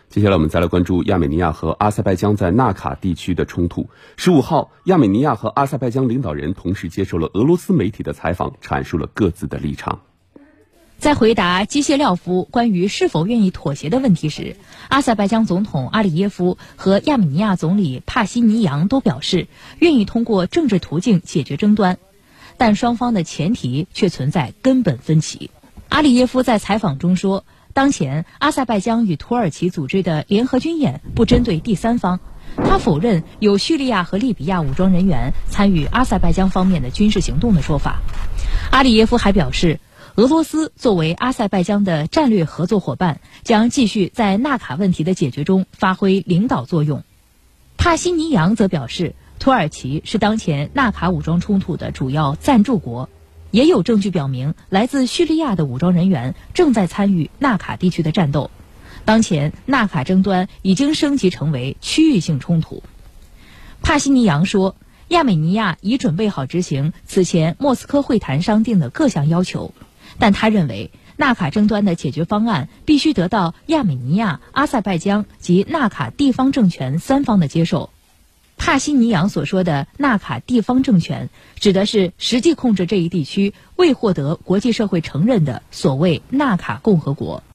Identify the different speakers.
Speaker 1: 接下来我们再来关注亚美尼亚和阿塞拜疆在纳卡地区的冲突。15号，亚美尼亚和阿塞拜疆领导人同时接受了俄罗斯媒体的采访，阐述了各自的立场。
Speaker 2: 在回答基谢廖夫关于是否愿意妥协的问题时，阿塞拜疆总统阿里耶夫和亚美尼亚总理帕西尼扬都表示愿意通过政治途径解决争端，但双方的前提却存在根本分歧。阿里耶夫在采访中说，当前阿塞拜疆与土耳其组织的联合军演不针对第三方，他否认有叙利亚和利比亚武装人员参与阿塞拜疆方面的军事行动的说法。阿里耶夫还表示，俄罗斯作为阿塞拜疆的战略合作伙伴，将继续在纳卡问题的解决中发挥领导作用。帕西尼扬则表示，土耳其是当前纳卡武装冲突的主要赞助国，也有证据表明来自叙利亚的武装人员正在参与纳卡地区的战斗。当前纳卡争端已经升级成为区域性冲突。帕西尼扬说，亚美尼亚已准备好执行此前莫斯科会谈商定的各项要求，但他认为纳卡争端的解决方案必须得到亚美尼亚、阿塞拜疆及纳卡地方政权三方的接受。帕西尼扬所说的纳卡地方政权，指的是实际控制这一地区未获得国际社会承认的所谓纳卡共和国。